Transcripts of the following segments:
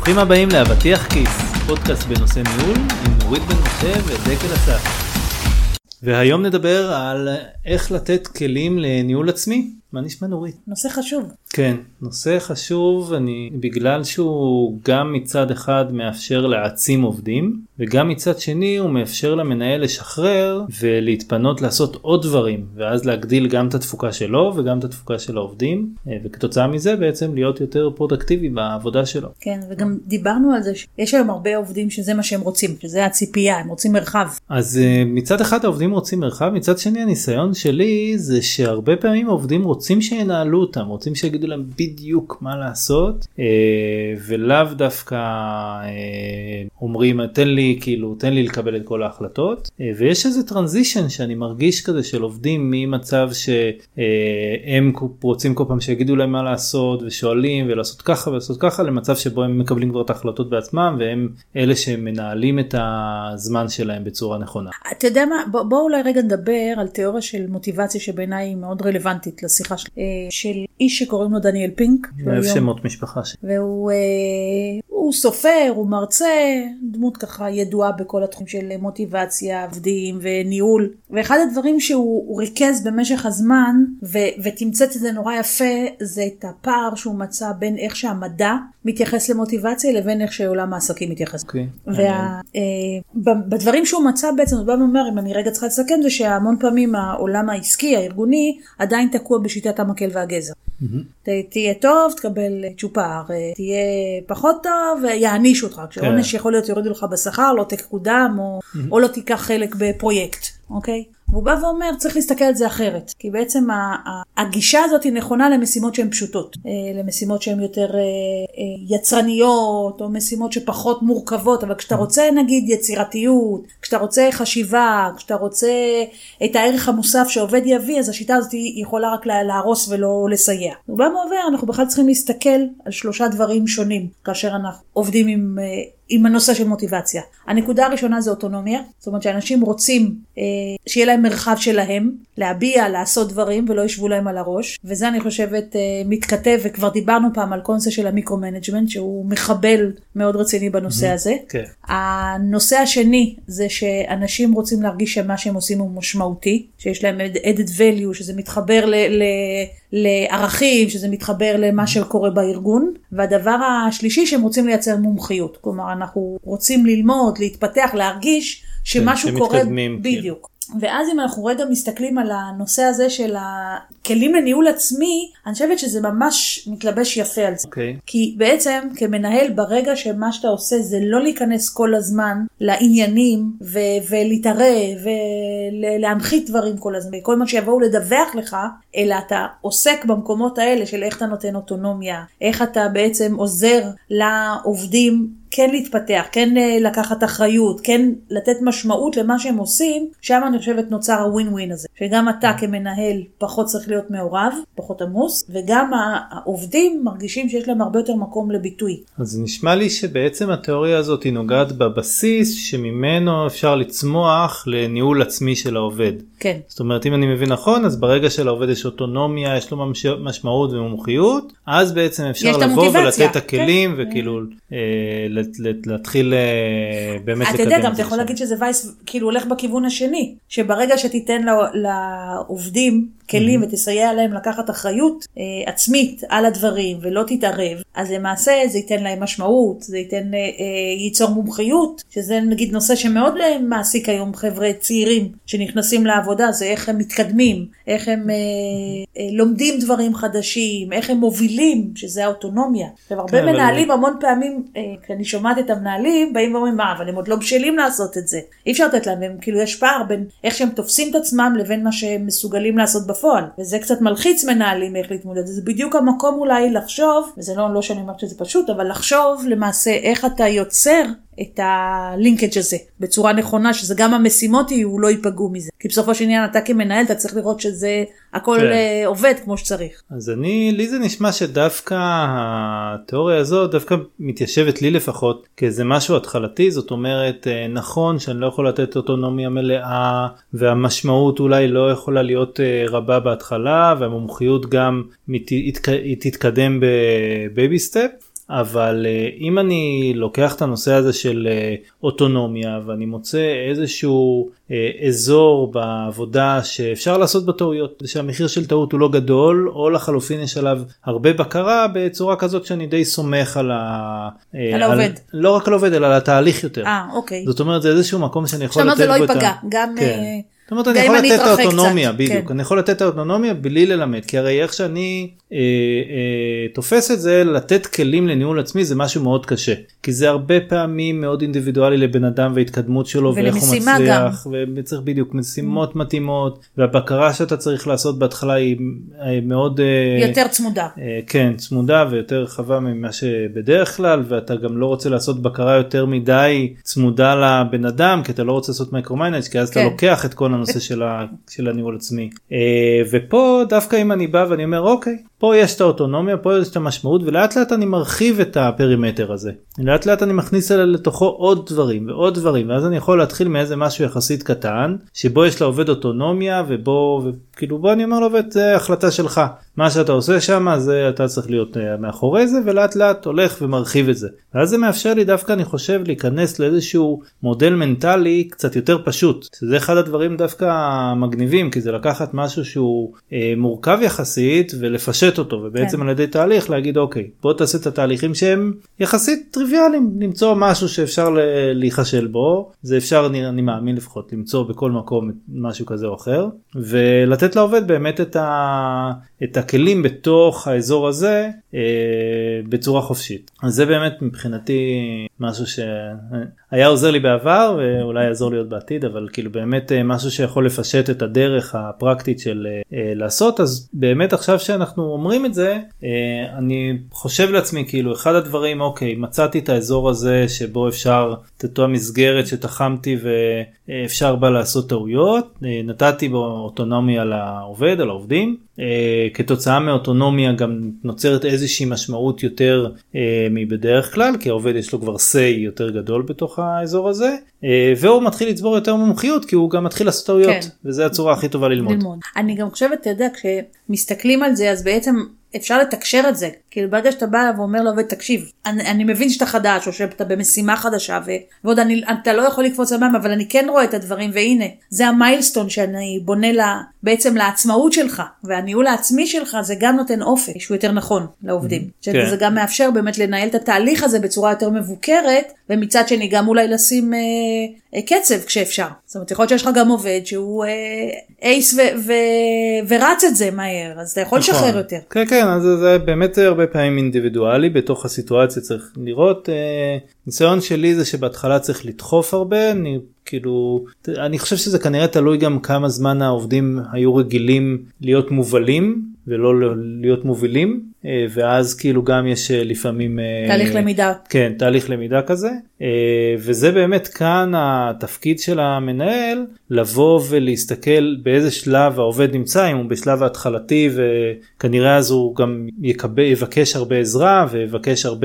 ברוכים הבאים לאבטיח כיס, פודקאסט בנושא ניהול עם נורית בן משה ודקל אסף. והיום נדבר על איך לתת כלים לניהול עצמי. מה נשמע נורית? נושא חשוב. כן, נושא חשוב, בגלל שהוא גם מצד אחד מאפשר להעצים עובדים, וגם מצד שני הוא מאפשר למנהל לשחרר ולהתפנות לעשות עוד דברים, ואז להגדיל גם את התפוקה שלו וגם את התפוקה של העובדים, וכתוצאה מזה בעצם להיות יותר פרודקטיבי בעבודה שלו. כן, וגם דיברנו על זה שיש היום הרבה עובדים שזה מה שהם רוצים, שזה הציפייה, הם רוצים מרחב. אז מצד אחד העובדים רוצים מרחב, מצד שני הניסיון שלי זה שהרבה פעמים העובדים רוצים שינהלו אותם, רוצים שיגידו להם בדיוק מה לעשות, ולאו דווקא אומרים תן לי לקבל את כל ההחלטות, ויש איזה טרנזישן שאני מרגיש כזה של עובדים ממצב שהם רוצים כל פעם שיגידו להם מה לעשות ושואלים ולעשות ככה ולעשות ככה, למצב שבו הם מקבלים כבר את ההחלטות בעצמם והם אלה שמנהלים את הזמן שלהם בצורה נכונה. אתה יודע מה, בואו אולי רגע נדבר על תיאוריה של מוטיבציה שבעיניי היא מאוד רלוונטית לשיחה של איש שקוראים לו דניאל פינק. מאיפה שמות משפחה שלי. והוא סופר, הוא מרצה, דמות ככה ידועה בכל התחום של מוטיבציה, עבדים וניהול. ואחד הדברים שהוא ריכז במשך הזמן, ותמצאת את זה נורא יפה, זה את הפער שהוא מצא בין איך שהמדע מתייחס למוטיבציה, לבין איך שעולם העסקים מתייחס. בדברים שהוא מצא בעצם, הוא בא ואומר, אם אני רגע צריכה לסכם, זה שהמון פעמים העולם העסקי, הארגוני, עדיין תקוע בשיטת המקל והגזר. תהיה טוב, תקבל צ'ופר, תהיה פחות טוב, יעניש אותך. כשעונש יכול להיות יורידו לך בשכר, לא תקודם, או לא תיקח חלק בפרויקט. אוקיי? והוא בא ואומר, צריך להסתכל על זה אחרת. כי בעצם הגישה הזאת היא נכונה למשימות שהן פשוטות. למשימות שהן יותר יצרניות, או משימות שפחות מורכבות. אבל כשאתה רוצה, נגיד, יצירתיות, כשאתה רוצה חשיבה, כשאתה רוצה את הערך המוסף שעובד יביא, אז השיטה הזאת היא יכולה רק להרוס ולא לסייע. הוא בא ואומר, אנחנו בכלל צריכים להסתכל על 3 דברים שונים, כאשר אנחנו עובדים עם הנושא של מוטיבציה. הנקודה הראשונה זה אוטונומיה, זאת אומרת שאנשים רוצים שיהיה להם מרחב שלהם, להביע, לעשות דברים ולא ישבו להם על הראש, וזה אני חושבת מתכתב, וכבר דיברנו פעם על קונספט של המיקרו-מנג'מנט, שהוא מחבל מאוד רציני בנושא הזה. הנושא השני זה שאנשים רוצים להרגיש שמה שהם עושים הוא משמעותי, שיש להם added value, שזה מתחבר לערכים, שזה מתחבר למה שקורה בארגון, והדבר השלישי שהם רוצים לייצר מומחיות, כלומר אנחנו רוצים ללמוד, להתפתח, להרגיש שמשהו קורה בדיוק. ואז אם אנחנו רגע מסתכלים על הנושא הזה של הכלים לניהול עצמי, אני חושבת שזה ממש מתלבש יפה על זה. כי בעצם כמנהל ברגע שמה שאתה עושה זה לא להיכנס כל הזמן לעניינים ולהתערב ולהנחית דברים כל הזמן. כל מה שיבואו לדווח לך, אלא אתה עוסק במקומות האלה של איך אתה נותן אוטונומיה, איך אתה בעצם עוזר לעובדים כן להתפתח, כן לקחת אחריות, כן לתת משמעות למה שהם עושים, שם אני חושבת נוצר הווין ווין הזה. שגם אתה כמנהל פחות צריך להיות מעורב, פחות עמוס, וגם העובדים מרגישים שיש להם הרבה יותר מקום לביטוי. אז נשמע לי שבעצם התיאוריה הזאת היא נוגעת בבסיס, שממנו אפשר לצמוח לניהול עצמי של העובד. כן. זאת אומרת, אם אני מבין נכון, אז ברגע שלעובד יש אוטונומיה, יש לו משמעות ומומחיות, אז בעצם אפשר לבוא ולתת את הכלים, וכאילו להתחיל באמת לקדם. אתה יודע, גם אתה יכול להגיד שזה וייס, כאילו הולך בכיוון השני, שברגע שתיתן לעובדים כלים ותסייע להם לקחת אחריות עצמית על הדברים ולא תתערב, אז למעשה זה ייתן להם משמעות, זה ייצור מומחיות, שזה נגיד נושא שמאוד מעסיק היום חבר'ה צעירים שנכנסים לעבודה, זה איך הם מתקדמים, איך הם לומדים דברים חדשים, איך הם מובילים, שזה האוטונומיה. הרבה מנהלים המון פעמים, כשאני שומעת את המנהלים, באים ואומרים, מה, אבל הם עוד לא בשלים לעשות את זה. אי אפשר לתת להם, כאילו יש פער בין איך שהם תופסים את עצמם לבין מה שהם מסוגלים לעשות בפועל. וזה קצת מלחיץ מנהלים איך להתמודד. זה בדיוק המקום אולי לחשוב, וזה לא שאני אומרת שזה פשוט, אבל לחשוב למעשה איך אתה יוצר את הלינקג' הזה בצורה נכונה, שזה גם המשימות יהיו, לא ייפגעו מזה. כי בסופו של עניין אתה כמנהל, אתה צריך לראות שזה הכל עובד כמו שצריך. אז לי זה נשמע שדווקא התיאוריה הזאת דווקא מתיישבת לי לפחות כאיזה משהו התחלתי, זאת אומרת נכון שאני לא יכול לתת אוטונומיה מלאה, והמשמעות אולי לא יכולה להיות רבה בהתחלה, והמומחיות גם היא תתקדם בבייבי סטפ, אבל אם אני לוקח את הנושא הזה של אוטונומיה ואני מוצא איזשהו אזור בעבודה שאפשר לעשות בטעויות, שהמחיר של טעות הוא לא גדול, או לחלופין יש עליו הרבה בקרה בצורה כזאת שאני די סומך על העובד. לא רק על העובד, אלא על התהליך יותר. אוקיי. זאת אומרת, זה איזשהו מקום שאני יכול לתת בו את ה... זה לא ייפגע, גם... זאת אומרת, אני יכול לתת את האוטונומיה, בדיוק. אני יכול לתת את האוטונומיה בלי ללמד, כי הרי איך שאני תופס את זה, לתת כלים לניהול עצמי זה משהו מאוד קשה. כי זה הרבה פעמים מאוד אינדיבידואלי לבן אדם והתקדמות שלו, ואיך הוא מצליח, וצריך בדיוק משימות מתאימות, והבקרה שאתה צריך לעשות בהתחלה היא מאוד... יותר צמודה. כן, צמודה ויותר רחבה ממה שבדרך כלל, ואתה גם לא רוצה לעשות בקרה יותר מדי צמודה לבן אדם, כי אתה לא רוצה לעשות מייקרו-מיינג', כי אז אתה לוקח את כל הנושא של הניהול עצמי. ופה דווקא אם אני בא ואני אומר, אוקיי, פה יש את האוטונומיה, פה יש את המשמעות, ולאט לאט אני מרחיב את הפרימטר הזה. לאט לאט אני מכניס לתוכו עוד דברים ועוד דברים, ואז אני יכול להתחיל מאיזה משהו יחסית קטן, שבו יש לעובד אוטונומיה, וכאילו בוא אני אומר לעובד, זה החלטה שלך. מה שאתה עושה שם, זה אתה צריך להיות מאחורי זה, ולאט לאט הולך ומרחיב את זה. ואז זה מאפשר לי דווקא, אני חושב, להיכנס לאיזשהו מודל מנטלי קצת יותר פשוט. שזה אחד הדברים דווקא מגניבים, כי זה לקחת משהו שהוא מורכב יחסית, ולפשט אותו, ובעצם על ידי תהליך להגיד, אוקיי, בוא תעשה את התהליכים שהם יחסית טריוויאליים, למצוא משהו שאפשר להיחשל בו, זה אפשר, אני מאמין לפחות, למצוא בכל מקום משהו כזה או אחר, ולתת לעובד באמת את הכלים בתוך האזור הזה בצורה חופשית. אז זה באמת מבחינתי משהו שהיה עוזר לי בעבר ואולי יעזור לי עוד בעתיד, אבל כאילו באמת משהו שיכול לפשט את הדרך הפרקטית של לעשות. אז באמת עכשיו שאנחנו אומרים את זה, אני חושב לעצמי כאילו אחד הדברים, אוקיי, מצאתי את האזור הזה שבו אפשר את אותה מסגרת שתחמתי ואפשר בה לעשות טעויות, נתתי בו אוטונומיה לעובד, על העובדים, כתוצאה מאוטונומיה גם נוצרת איזושהי משמעות יותר מבדרך כלל, כי העובד יש לו כבר say יותר גדול בתוך האזור הזה, והוא מתחיל לצבור יותר מומחיות, כי הוא גם מתחיל לעשות טעויות, כן. וזו הצורה הכי טובה ללמוד. אני גם חושבת, אתה יודע, כשמסתכלים על זה, אז בעצם אפשר לתקשר את זה, כאילו ברגע שאתה בא ואומר לעובד, תקשיב, אני מבין שאתה חדש, או שאתה במשימה חדשה, ועוד אתה לא יכול לקפוץ למים, אבל אני כן רואה את הדברים, והנה, זה המיילסטון שאני בונה בעצם לעצמאות שלך, והניהול העצמי שלך, זה גם נותן אופק, שהוא יותר נכון לעובדים. שזה גם מאפשר באמת לנהל את התהליך הזה בצורה יותר מבוקרת, ומצד שני גם אולי לשים קצב כשאפשר. זאת אומרת, יכול להיות שיש לך גם עובד שהוא אייס ורץ את זה מהר, אז אתה יכול לשחרר יותר. כן, כן, אז זה באמת הרבה פעמים אינדיבידואלי, בתוך הסיטואציה צריך לראות, ניסיון שלי זה שבהתחלה צריך לדחוף הרבה, אני חושב שזה כנראה תלוי גם כמה זמן העובדים היו רגילים להיות מובלים, ולא להיות מובילים, ואז כאילו גם יש לפעמים... תהליך למידה. כן, תהליך למידה כזה, וזה באמת כאן התפקיד של המנהל, לבוא ולהסתכל באיזה שלב העובד נמצא, אם הוא בשלב ההתחלתי, וכנראה אז הוא גם יבקש הרבה עזרה, ויבקש הרבה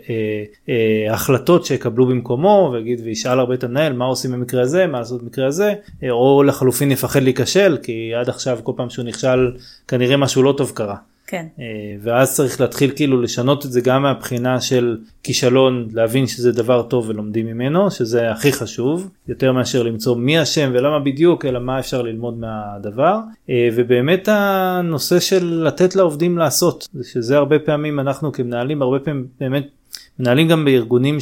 החלטות שיקבלו במקומו, וישאל הרבה את המנהל, מה עושים במקרה הזה, מה לעשות במקרה הזה, או לחלופין יפחד להיכשל, כי עד עכשיו כל פעם שהוא נכשל, כנראה משהו לא טוב קרה. כן. ואז צריך להתחיל כאילו לשנות את זה גם מהבחינה של כישלון, להבין שזה דבר טוב ולומדים ממנו, שזה הכי חשוב, יותר מאשר למצוא מי השם ולמה בדיוק, אלא מה אפשר ללמוד מהדבר. ובאמת הנושא של לתת לעובדים לעשות, שזה הרבה פעמים אנחנו כמנהלים, הרבה פעמים באמת מנהלים גם בארגונים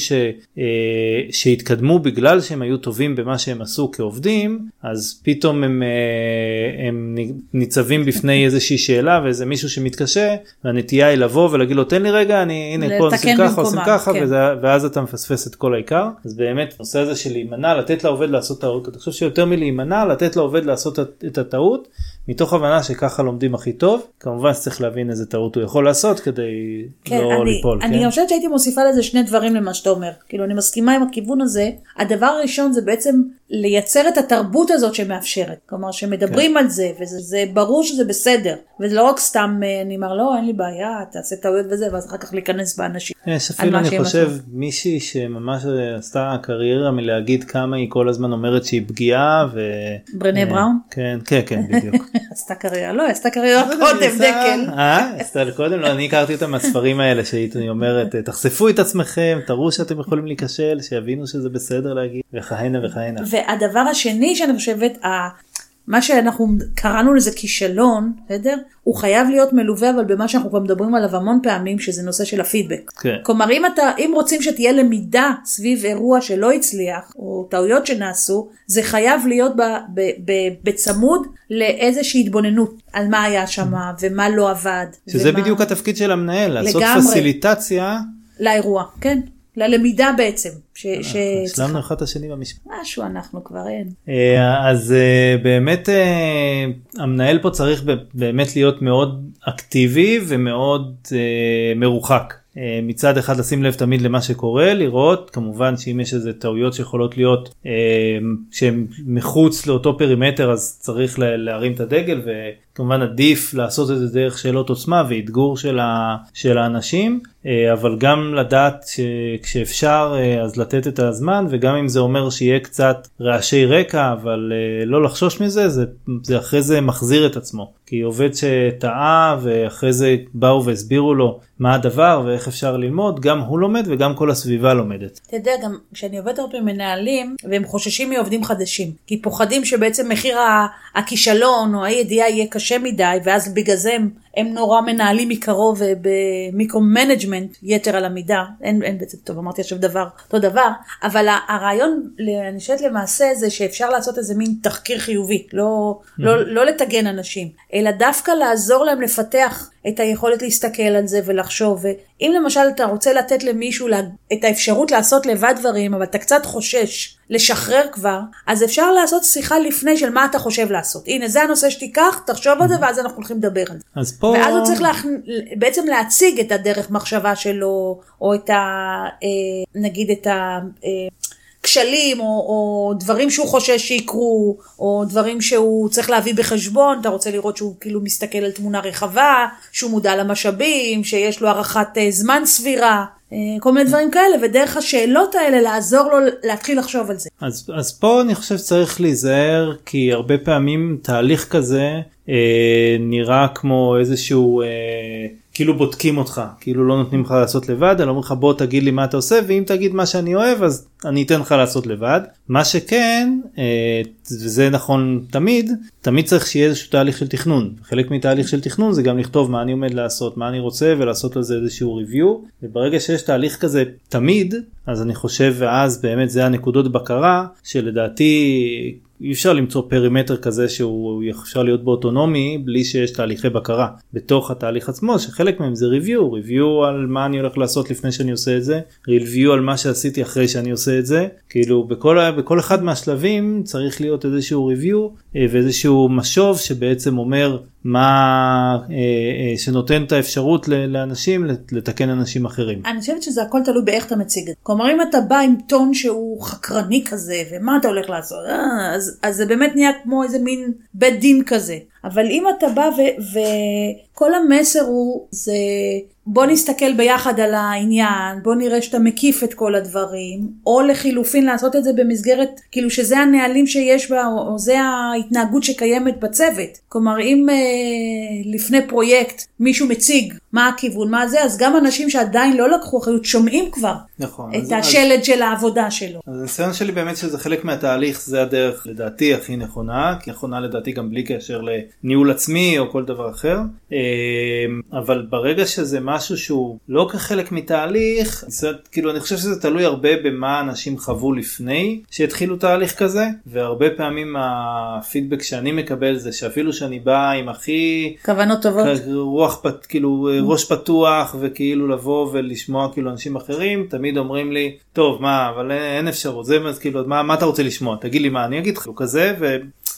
שהתקדמו בגלל שהם היו טובים במה שהם עשו כעובדים, אז פתאום הם ניצבים בפני איזושהי שאלה ואיזה מישהו שמתקשה, והנטייה היא לבוא ולהגיד לו תן לי רגע, הנה פה עושים ככה, עושים ככה, ואז אתה מפספס את כל העיקר. אז באמת הנושא הזה של להימנע, לתת לעובד לעשות טעות, אני חושב שיותר מלהימנע, לתת לעובד לעשות את הטעות, מתוך הבנה שככה לומדים הכי טוב. כמובן שצריך להבין איזה טעות הוא יכול לעשות כדי לא ליפול. אני חושבת שהייתי מוסיפה לזה שני דברים למה שאתה אומר. כאילו, אני מסכימה עם הכיוון הזה. הדבר הראשון זה בעצם לייצר את התרבות הזאת שמאפשרת. כלומר, שמדברים על זה, וזה ברור שזה בסדר. וזה לא רק סתם, אני אומר, לא, אין לי בעיה, תעשה טעויות וזה, ואז אחר כך להיכנס באנשים. יש אפילו, אני חושב, מישהי שממש עשתה קריירה מלהגיד כמה היא כל הזמן אומרת שהיא פגיעה, ברנה בראון? כן, כן, כן, בדיוק. עשתה קריירה, לא, עשתה קריירה קודם, דקל. עשתה קודם, לא, אני הכרתי אותה מהספרים האלה, שהיא אומרת, תחשפו את עצמכם, תראו שאתם יכולים להיכשל, שיבינו שזה בסדר להגיד, וכהנה וכהנה. והדבר השני שאני חושבת, מה שאנחנו קראנו לזה כישלון, בסדר? הוא חייב להיות מלווה, אבל במה שאנחנו כבר מדברים עליו המון פעמים, שזה נושא של הפידבק. כן. כלומר, אם רוצים שתהיה למידה סביב אירוע שלא הצליח, או טעויות שנעשו, זה חייב להיות בצמוד לאיזושהי התבוננות, על מה היה שם, ומה לא עבד. שזה בדיוק התפקיד של המנהל, לעשות פסיליטציה. לאירוע, כן. ללמידה בעצם. השלמנו אחד השני במשפט. משהו אנחנו כבר אין. אז באמת המנהל פה צריך באמת להיות מאוד אקטיבי ומאוד מרוחק. מצד אחד לשים לב תמיד למה שקורה, לראות, כמובן שאם יש איזה טעויות שיכולות להיות שהן מחוץ לאותו פרימטר, אז צריך להרים את הדגל, וכמובן עדיף לעשות את זה דרך שאלות עוצמה ואתגור של האנשים, אבל גם לדעת שכשאפשר אז לתת את הזמן, וגם אם זה אומר שיהיה קצת רעשי רקע, אבל לא לחשוש מזה, זה אחרי זה מחזיר את עצמו. כי עובד שטעה ואחרי זה באו והסבירו לו מה הדבר ואיך אפשר ללמוד, גם הוא לומד וגם כל הסביבה לומדת. אתה יודע, גם כשאני עובדת הרבה מנהלים, והם חוששים מעובדים חדשים, כי פוחדים שבעצם מחיר הכישלון או הידיעה יהיה קשה מדי, ואז בגלל זה הם נורא מנהלים מקרוב במיקרו-מנג'מנט יתר על המידה. אין בעצם, טוב, אמרתי עכשיו אותו דבר, אבל הרעיון, אני חושבת למעשה, זה שאפשר לעשות איזה מין תחקיר חיובי, לא לתגן אנשים, אלא דווקא לעזור להם לפתח את היכולת להסתכל על זה ולחשוב. ואם למשל אתה רוצה לתת למישהו את האפשרות לעשות לבד דברים, אבל אתה קצת חושש לשחרר כבר, אז אפשר לעשות שיחה לפני של מה אתה חושב לעשות. הנה, זה הנושא שתיקח, תחשוב על זה, ואז אנחנו הולכים לדבר על זה. אז פה... ואז הוא צריך בעצם להציג את הדרך מחשבה שלו, או נגיד את כשלים, או דברים שהוא חושש שיקרו, או דברים שהוא צריך להביא בחשבון. אתה רוצה לראות שהוא כאילו מסתכל על תמונה רחבה, שהוא מודע למשאבים, שיש לו הערכת זמן סבירה, כל מיני דברים כאלה, ודרך השאלות האלה לעזור לו להתחיל לחשוב על זה. אז פה אני חושב שצריך להיזהר, כי הרבה פעמים תהליך כזה נראה כמו איזשהו... כאילו בודקים אותך, כאילו לא נותנים לך לעשות לבד, אלא אומרים לך בוא תגיד לי מה אתה עושה, ואם תגיד מה שאני אוהב אז אני אתן לך לעשות לבד. מה שכן, וזה נכון תמיד צריך שיהיה איזשהו תהליך של תכנון. חלק מתהליך של תכנון זה גם לכתוב מה אני עומד לעשות, מה אני רוצה, ולעשות לזה איזשהו ריוויו. וברגע שיש תהליך כזה תמיד, אז אני חושב, ואז באמת זה הנקודות בקרה, שלדעתי אי אפשר למצוא פרימטר כזה שהוא אפשר להיות באוטונומי בלי שיש תהליכי בקרה בתוך התהליך עצמו, שחלק מהם זה ריוויו על מה אני הולך לעשות לפני שאני עושה את זה, ריוויו על מה שעשיתי אחרי שאני עושה את זה. כאילו בכל אחד מהשלבים צריך להיות איזשהו ריוויו ואיזשהו משוב שבעצם אומר מה שנותן את האפשרות לאנשים לתקן אנשים אחרים. אני חושבת שזה הכל תלוי באיך אתה מציג את זה. כלומר, אם אתה בא עם טון שהוא חקרני כזה, ומה אתה הולך לעשות, אז זה באמת נהיה כמו איזה מין בית דין כזה. אבל אם אתה בא וכל המסר הוא, זה בוא נסתכל ביחד על העניין, בוא נראה שאתה מקיף את כל הדברים, או לחילופין לעשות את זה במסגרת, כאילו שזה הנהלים שיש בה, או זה ההתנהגות שקיימת בצוות. כלומר, אם לפני פרויקט מישהו מציג מה הכיוון, מה זה, אז גם אנשים שעדיין לא לקחו אחריות, שומעים כבר נכון, את השלד של העבודה שלו. אז הניסיון שלי באמת שזה חלק מהתהליך, זה הדרך לדעתי הכי נכונה, כי נכונה לדעתי גם בלי קשר לניהול עצמי או כל דבר אחר. אבל ברגע שזה משהו שהוא לא כחלק מתהליך, כאילו אני חושב שזה תלוי הרבה במה אנשים חוו לפני שהתחילו תהליך כזה, והרבה פעמים הפידבק שאני מקבל זה שאפילו שאני בא עם הכי כוונות טובות, כאילו ראש פתוח וכאילו לבוא ולשמוע כאילו אנשים אחרים, תמיד אומרים לי, טוב מה, אבל אין אפשרות, זה כאילו, מה אתה רוצה לשמוע? תגיד לי מה, אני אגיד לך כזה,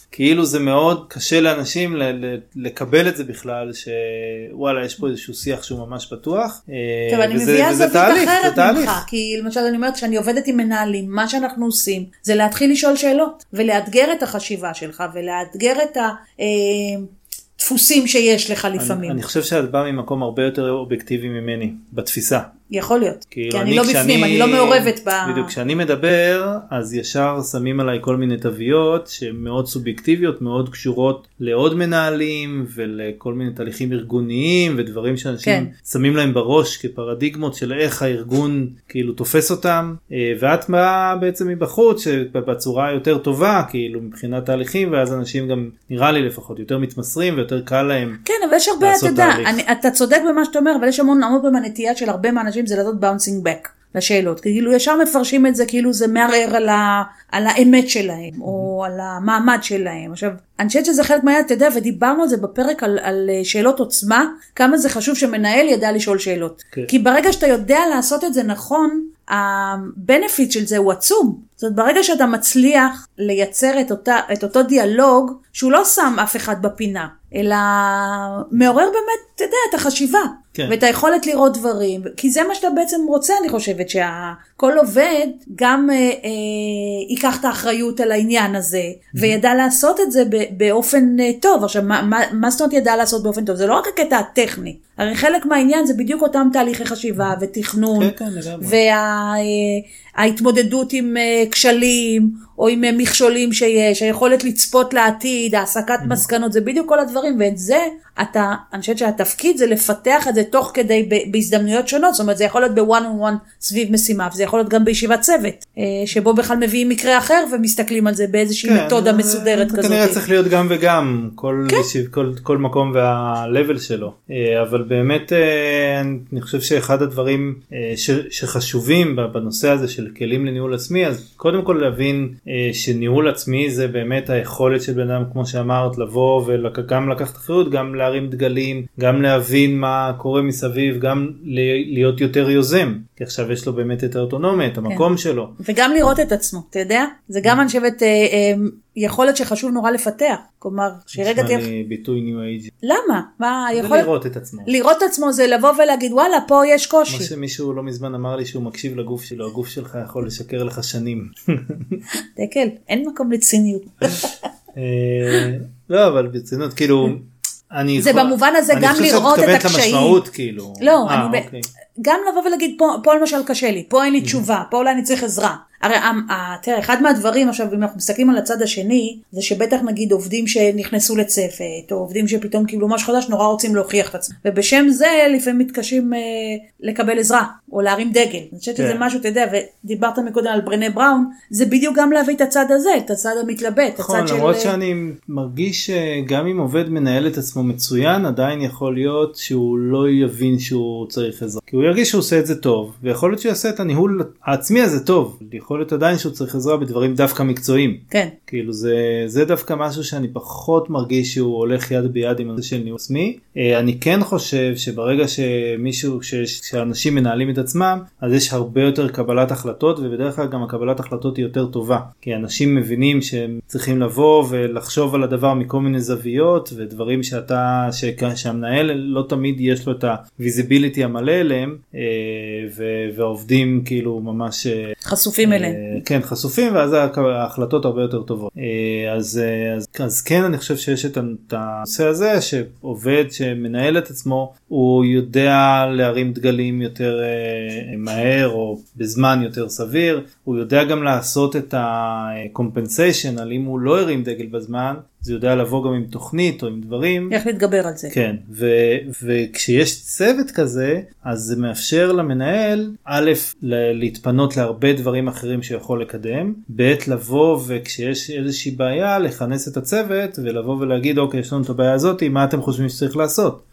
כאילו זה מאוד קשה לאנשים לקבל את זה בכלל, שוואלה, יש פה איזשהו שיח שהוא ממש פתוח. טוב, אני מביאה זווית אחרת ממך, כי למשל אני אומרת שאני עובדת עם מנהלים, מה שאנחנו עושים זה להתחיל לשאול שאלות, ולאתגר את החשיבה שלך, ולאתגר את הדפוסים שיש לך לפעמים. אני חושב שאת באה ממקום הרבה יותר אובייקטיבי ממני, בתפיסה. יכול להיות, כי אני לא בפנים, אני לא מעורבת בדיוק, כשאני מדבר, אז ישר שמים עליי כל מיני תוויות, שהן מאוד סובייקטיביות, מאוד קשורות לעוד מנהלים, ולכל מיני תהליכים ארגוניים, ודברים שאנשים שמים להם בראש, כפרדיגמות של איך הארגון כאילו תופס אותם, ואת באה בעצם מבחוץ, שבצורה יותר טובה, כאילו מבחינת תהליכים, ואז אנשים גם, נראה לי לפחות, יותר מתמסרים, ויותר קל להם. כן, אבל יש הרבה, אתה צודק במה שאתה אומר, אבל יש המון בנטייה של הרבה מהאנשים זה לעשות bouncing back לשאלות, כאילו ישר מפרשים את זה כאילו זה מערער על האמת שלהם, או על המעמד שלהם. עכשיו, אני חושבת שזה חלק מהעניין, אתה יודע, ודיברנו על זה בפרק על שאלות עוצמה, כמה זה חשוב שמנהל ידע לשאול שאלות. כי ברגע שאתה יודע לעשות את זה נכון, הבנפיט של זה הוא עצום. זאת אומרת, ברגע שאתה מצליח לייצר את אותו דיאלוג, שהוא לא שם אף אחד בפינה, אלא מעורר באמת, אתה יודע, את החשיבה, ואת היכולת לראות דברים, כי זה מה שאתה בעצם רוצה, אני חושבת, שכל עובד גם ייקח את האחריות על העניין הזה, וידע לעשות את זה באופן טוב. עכשיו, מה זאת אומרת ידע לעשות באופן טוב? זה לא רק הקטע הטכני, הרי חלק מהעניין זה בדיוק אותם תהליכי חשיבה ותכנון, ההתמודדות עם כשלים, או עם מכשולים שיש, היכולת לצפות לעתיד, העסקת מסקנות, זה בדיוק כל הדברים, ואת זה, אני חושבת שהתפקיד זה לפתח את זה תוך כדי בהזדמנויות שונות, זאת אומרת, זה יכול להיות בוואן און וואן סביב משימה, וזה יכול להיות גם בישיבת צוות, שבו בכלל מביאים מקרה אחר, ומסתכלים על זה באיזושהי מתודה מסודרת כזאת. כנראה צריך להיות גם וגם, כל מקום והלבל שלו, אבל באמת, אני חושב שאחד הדברים שחשובים בנושא הזה של כלים לניהול עצמי, אז קודם כל להבין שניהול עצמי זה באמת היכולת של בן אדם, כמו שאמרת, לבוא וגם לקחת אחריות, גם להרים דגלים, גם להבין מה קורה מסביב, גם להיות יותר יוזם, כי עכשיו יש לו באמת את האוטונומיה, את המקום שלו. וגם לראות את עצמו, אתה יודע? זה גם אני חושבת יכולת שחשוב נורא לפתח, כלומר, שרגע תהיה... נשמע לי ביטוי ניו אייג'י. למה? זה לראות את עצמו. לראות את עצמו זה לבוא ולהגיד, וואלה, פה יש קושי. כמו שמישהו לא מזמן אמר לי שהוא מקשיב לגוף שלו, הגוף שלך יכול לשקר לך שנים. דקל, אין מקום לציניות. לא, אבל ברצינות, כאילו... זה במובן הזה גם לראות את הקשיים. למשמעות, כאילו. לא, גם לבוא ולהגיד, פה למשל קשה לי, פה אין לי תשובה, פה אולי אני צריך עזרה. הרי, תראה, אחד מהדברים, עכשיו, אם אנחנו מסתכלים על הצד השני, זה שבטח נגיד עובדים שנכנסו לצוות, או עובדים שפתאום קיבלו משהו חדש, נורא רוצים להוכיח את עצמם. ובשם זה, לפעמים מתקשים לקבל עזרה, או להרים דגל. אני חושבת שזה משהו, אתה יודע, ודיברת מקודם על ברנה בראון, זה בדיוק גם להביא את הצד הזה, את הצד המתלבט, נכון, למרות שאני מרגיש שגם אם עובד מנהל את עצמו מצוין, עדיין יכול להיות שהוא לא יבין שהוא צריך עזרה. כי הוא ירגיש שהוא עושה את זה טוב, ויכול להיות שהוא יעשה את הניהול העצמי הזה טוב. יכול להיות עדיין שהוא צריך עזרה בדברים דווקא מקצועיים. כן. כאילו זה דווקא משהו שאני פחות מרגיש שהוא הולך יד ביד עם הנושא של ניהול עצמי. אני כן חושב שברגע שאנשים מנהלים את עצמם, אז יש הרבה יותר קבלת החלטות, ובדרך כלל גם הקבלת החלטות היא יותר טובה. כי אנשים מבינים שהם צריכים לבוא ולחשוב על הדבר מכל מיני זוויות, ודברים שהמנהל לא תמיד יש לו את הוויזיביליטי המלא אליהם, והעובדים כאילו ממש חשופים אליהם. כן, חשופים, ואז ההחלטות הרבה יותר טובות. אז כן, אני חושב שיש את הנושא הזה, שעובד שמנהל את עצמו, הוא יודע להרים דגלים יותר מהר, או בזמן יותר סביר, הוא יודע גם לעשות את ה-compensation, על אם הוא לא הרים דגל בזמן, זה יודע לבוא גם עם תוכנית או עם דברים. איך להתגבר על זה. כן, וכשיש צוות כזה, אז זה מאפשר למנהל, א', להתפנות להרבה דברים אחרים שיכול לקדם, ב', לבוא וכשיש איזושהי בעיה, לכנס את הצוות, ולבוא ולהגיד, אוקיי, יש לנו את הבעיה הזאת, מה אתם חושבים שצריך לעשות?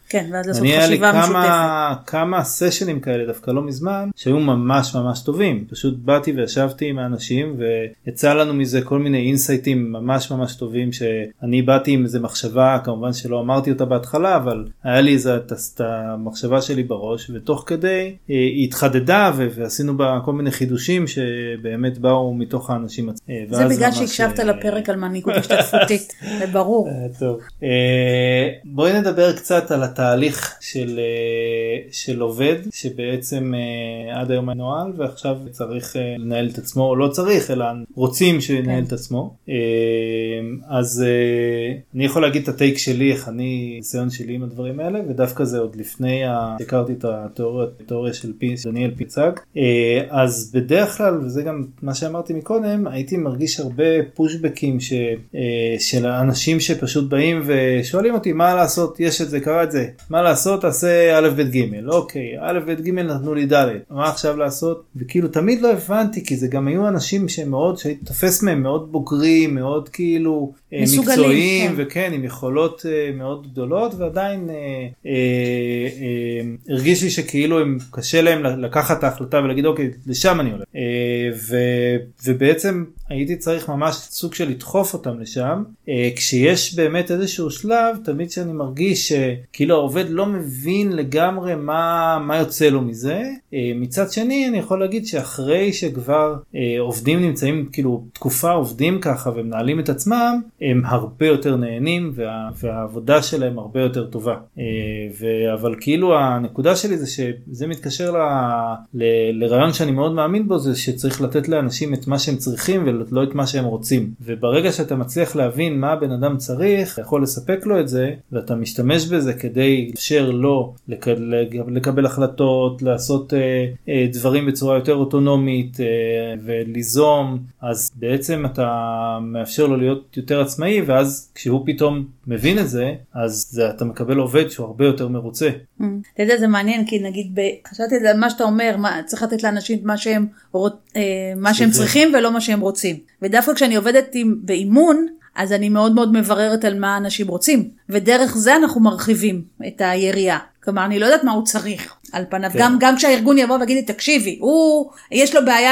כן, ואז לעשות חשיבה משותפת. היה לי כמה סשנים כאלה, דווקא לא מזמן, שהיו ממש ממש טובים. פשוט באתי וישבתי עם האנשים, ויצא לנו מזה כל מיני אינסייטים ממש ממש טובים, שאני באתי עם איזה מחשבה, כמובן שלא אמרתי אותה בהתחלה, אבל היה לי את המחשבה שלי בראש, ותוך כדי היא התחדדה, ועשינו בה כל מיני חידושים, שבאמת באו מתוך האנשים. זה בגלל שהקשבת לפרק על מנהיגות השתתפותית, זה ברור. טוב. בואי נדבר קצת על התהליך של עובד, שבעצם עד היום מנוהל, ועכשיו צריך לנהל את עצמו, או לא צריך, אלא רוצים שינהל את עצמו. אז אני יכול להגיד את הטייק שלי, איך אני, ניסיון שלי עם הדברים האלה, ודווקא זה עוד לפני שהכרתי את התיאוריה של דניאל פיצג. אז בדרך כלל, וזה גם מה שאמרתי מקודם, הייתי מרגיש הרבה פושבקים של האנשים שפשוט באים ושואלים אותי מה לעשות, יש את זה, קרה את זה, מה לעשות, תעשה א' ב' ג', אוקיי, א' ב' ג' נתנו לי ד', מה עכשיו לעשות? וכאילו תמיד לא הבנתי, כי זה גם היו אנשים שמאוד, שהייתי תופס מהם מאוד בוגרים, מאוד כאילו מקצועיים, וכן, עם יכולות מאוד גדולות, ועדיין הרגיש לי שכאילו הם קשה להם לקחת את ההחלטה ולהגיד אוקיי, לשם אני הולך. ובעצם הייתי צריך ממש סוג של לדחוף אותם לשם, כשיש באמת איזשהו שלב, תמיד שאני מרגיש שכאילו העובד לא מבין לגמרי מה יוצא לו מזה. מצד שני אני יכול להגיד שאחרי שכבר עובדים נמצאים כאילו תקופה עובדים ככה ומנהלים את עצמם, הם הרבה יותר נהנים והעבודה שלהם הרבה יותר טובה. אבל כאילו הנקודה שלי זה שזה מתקשר לרעיון שאני מאוד מאמין בו, זה שצריך לתת לאנשים את מה שהם צריכים ולא את מה שהם רוצים. וברגע שאתה מצליח להבין מה הבן אדם צריך, אתה יכול לספק לו את זה, ואתה משתמש בזה כדי לאפשר לו לקבל החלטות, לעשות דברים בצורה יותר אוטונומית וליזום, אז בעצם אתה מאפשר לו להיות יותר עצמאי, ואז כשהוא פתאום מבין את זה, אז אתה מקבל עובד שהוא הרבה יותר מרוצה. אתה יודע, זה מעניין, כי נגיד, חשבתי על מה שאתה אומר, צריך לתת לאנשים מה שהם צריכים ולא מה שהם רוצים. ודווקא כשאני עובדת באימון, אז אני מאוד מאוד מבררת על מה אנשים רוצים, ודרך זה אנחנו מרחיבים את היריעה. כלומר, אני לא יודעת מה הוא צריך על פניו. כן. גם כשהארגון יבוא ויגיד לי, תקשיבי, יש לו בעיה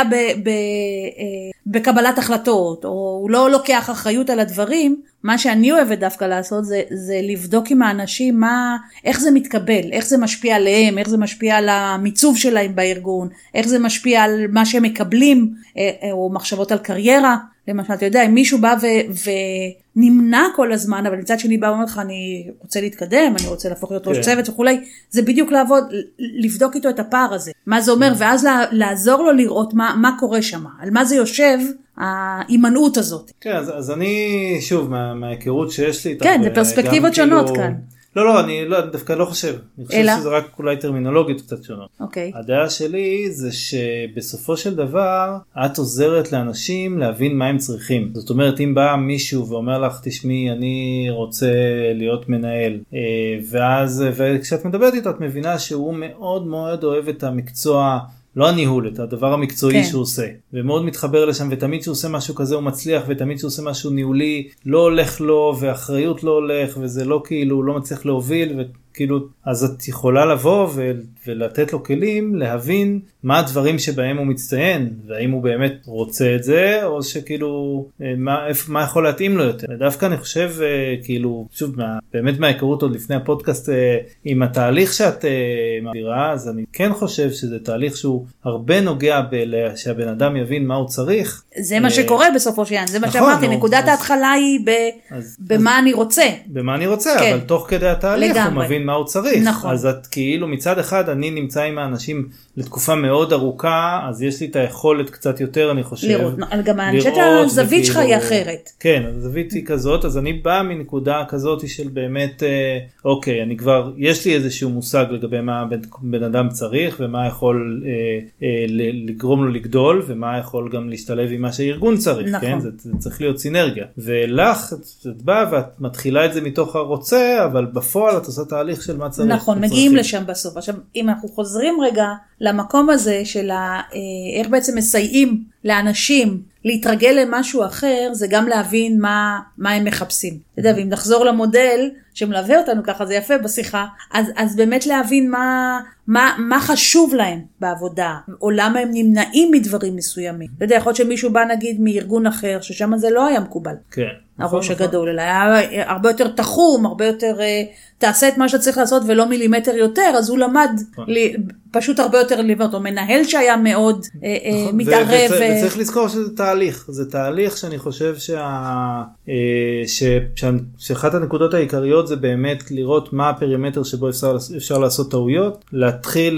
בקבלת החלטות, או הוא לא לוקח אחריות על הדברים, מה שאני אוהבת דווקא לעשות זה לבדוק עם האנשים איך זה מתקבל, איך זה משפיע עליהם, איך זה משפיע על המיצוב שלהם בארגון, איך זה משפיע על מה שהם מקבלים, או מחשבות על קריירה. למשל, אתה יודע, אם מישהו בא ונמנע כל הזמן, אבל מצד שני בא ואומר לך, אני רוצה להתקדם, אני רוצה להפוך להיות ראש צוות וכולי, זה בדיוק לעבוד, לבדוק איתו את הפער הזה. מה זה אומר, ואז לעזור לו לראות מה קורה שם, על מה זה יושב, ההימנעות הזאת. כן, אז אני, שוב, מההיכרות שיש לי, כן, זה פרספקטיבות שונות כאן. לא, אני דווקא לא חושב. אני חושב שזה רק אולי טרמינולוגית קצת שונות. אוקיי. הדעה שלי זה שבסופו של דבר, את עוזרת לאנשים להבין מה הם צריכים. זאת אומרת, אם בא מישהו ואומר לך, תשמעי, אני רוצה להיות מנהל, וכשאת מדברת איתו, את מבינה שהוא מאוד מאוד אוהב את המקצוע, לא הניהול, את הדבר המקצועי שהוא עושה, ומאוד מתחבר לשם, ותמיד שהוא עושה משהו כזה הוא מצליח, ותמיד שהוא עושה משהו ניהולי, לא הולך לו, ואחריות לא הולך, וזה לא כאילו, לא מצליח להוביל, וכאילו, אז את יכולה לבוא ולתת לו כלים, להבין מה הדברים שבהם הוא מצטיין, והאם הוא באמת רוצה את זה, או שכאילו, מה יכול להתאים לו יותר. ודווקא אני חושב, כאילו, שוב, באמת מההיכרות עוד לפני הפודקאסט, עם התהליך שאת מעבירה, אז אני כן חושב שזה תהליך שהוא הרבה נוגע שהבן אדם יבין מה הוא צריך. זה מה שקורה בסופו של יום, זה מה שאמרתי, נקודת ההתחלה היא במה אני רוצה. במה אני רוצה, אבל תוך כדי התהליך הוא מבין מה הוא צריך. אז את כאילו מצד אחד אני נמצא עם האנשים לתקופה מאוד ארוכה, אז יש לי את היכולת קצת יותר, אני חושב. לראות, גם אני חושבת שהזווית שלך היא אחרת. כן, הזווית היא כזאת, אז אני בא מנקודה כזאת של באמת, אוקיי, אני כבר, יש לי איזשהו מושג לגבי מה בן אדם צריך, ומה יכול לגרום לו לגדול, ומה יכול גם להשתלב עם מה שהארגון צריך, נכון. כן? זה צריך להיות סינרגיה. ולך, את באה ואת מתחילה את זה מתוך הרוצה, אבל בפועל את עושה תהליך של מה צריך. נכון, מגיעים לשם בסוף. עכשיו, אם אנחנו חוזרים רגע למקום הזה של איך בעצם מסייעים לאנשים להתרגל למשהו אחר, זה גם להבין מה הם מחפשים. אתה יודע, ואם נחזור למודל שמלווה אותנו ככה, זה יפה בשיחה, אז באמת להבין מה חשוב להם בעבודה, או למה הם נמנעים מדברים מסוימים. אתה יודע, יכול להיות שמישהו בא נגיד מארגון אחר, ששם זה לא היה מקובל. כן. הראש הגדול, אלא היה הרבה יותר תחום, הרבה יותר תעשה את מה שאתה צריך לעשות ולא מילימטר יותר, אז הוא למד פשוט הרבה יותר לבנות, או מנהל שהיה מאוד מתערב. וצריך לזכור שזה תהליך, זה תהליך שאני חושב שאחת הנקודות העיקריות זה באמת לראות מה הפרימטר שבו אפשר לעשות טעויות, להתחיל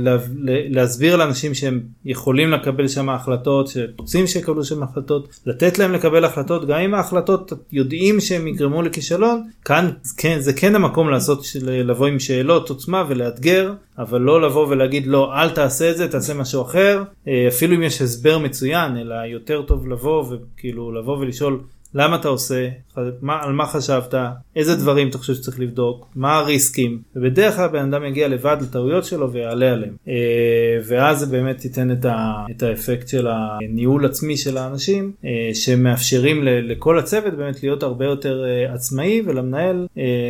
להסביר לאנשים שהם יכולים לקבל שם החלטות, שרוצים שיקבלו שם החלטות, לתת להם לקבל החלטות, גם אם ההחלטות יודעים שהם יגרמו לכישלון, כאן זה כן המקום לעשות, לבוא עם שאלות עוצמה ולאתגר, אבל לא לבוא ולהגיד לא, אל תעשה את זה, תעשה משהו אחר, אפילו אם יש הסבר מצוין, אלא יותר טוב לבוא וכאילו לבוא ולשאול למה אתה עושה, על מה חשבת, איזה דברים אתה חושב שצריך לבדוק, מה הריסקים, ובדרך כלל בן אדם יגיע לבד לטעויות שלו ויעלה עליהם. ואז זה באמת ייתן את האפקט של הניהול עצמי של האנשים, שמאפשרים לכל הצוות באמת להיות הרבה יותר עצמאי, ולמנהל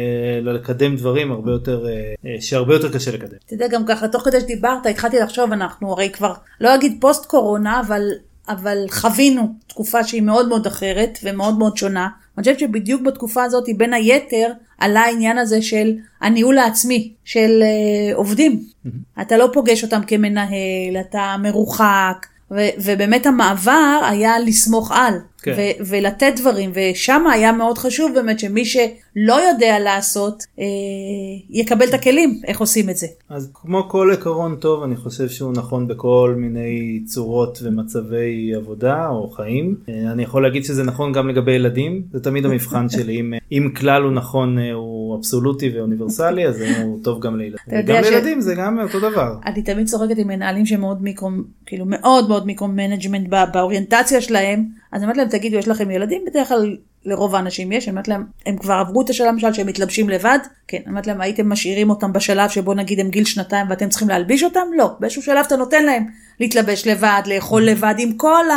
לקדם דברים שהרבה יותר קשה לקדם. אתה יודע, גם ככה, תוך כדי שדיברת, התחלתי לחשוב, אנחנו הרי כבר, לא אגיד פוסט קורונה, אבל חווינו תקופה שהיא מאוד מאוד אחרת ומאוד מאוד שונה. אני חושבת שבדיוק בתקופה הזאת בין היתר עלה העניין הזה של הניהול העצמי של עובדים. אתה לא פוגש אותם כמנהל, אתה מרוחק, ובאמת המעבר היה לסמוך על. ולתת דברים, ושם היה מאוד חשוב באמת שמי שלא יודע לעשות, יקבל את הכלים, איך עושים את זה. אז כמו כל עקרון טוב, אני חושב שהוא נכון בכל מיני צורות ומצבי עבודה או חיים. אני יכול להגיד שזה נכון גם לגבי ילדים, זה תמיד המבחן שלי, אם כלל הוא נכון, הוא אבסולוטי ואוניברסלי, אז הוא טוב גם לילדים. גם לילדים זה גם אותו דבר. אני תמיד צוחקת עם מנהלים שמאוד מיקרו, כאילו מאוד מאוד מיקרו מנג'מנט באוריינטציה שלהם, אז אני אומרת להם, תגידו, יש לכם ילדים? בדרך כלל לרוב האנשים יש, אני אומרת להם, הם כבר עברו את השלב למשל שהם מתלבשים לבד, כן, אני אומרת להם, הייתם משאירים אותם בשלב שבו נגיד הם גיל 2 ואתם צריכים להלביש אותם? לא, באיזשהו שלב אתה נותן להם להתלבש לבד, לאכול לבד, עם כל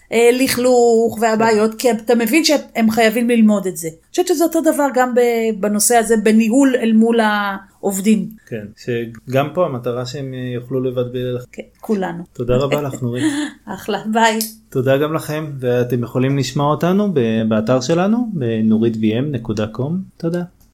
הלכלוך והבעיות, כי אתה מבין שהם חייבים ללמוד את זה. אני חושבת שזה אותו דבר גם בנושא הזה, בניהול אל מול העובדים. כן, שגם פה המטרה שהם יוכלו לבד בלך. כן, כולנו. תודה רבה לך, נורית. אחלה, ביי. תודה גם לכם, ואתם יכולים לשמוע אותנו באתר שלנו, בנוריתbm.com. תודה.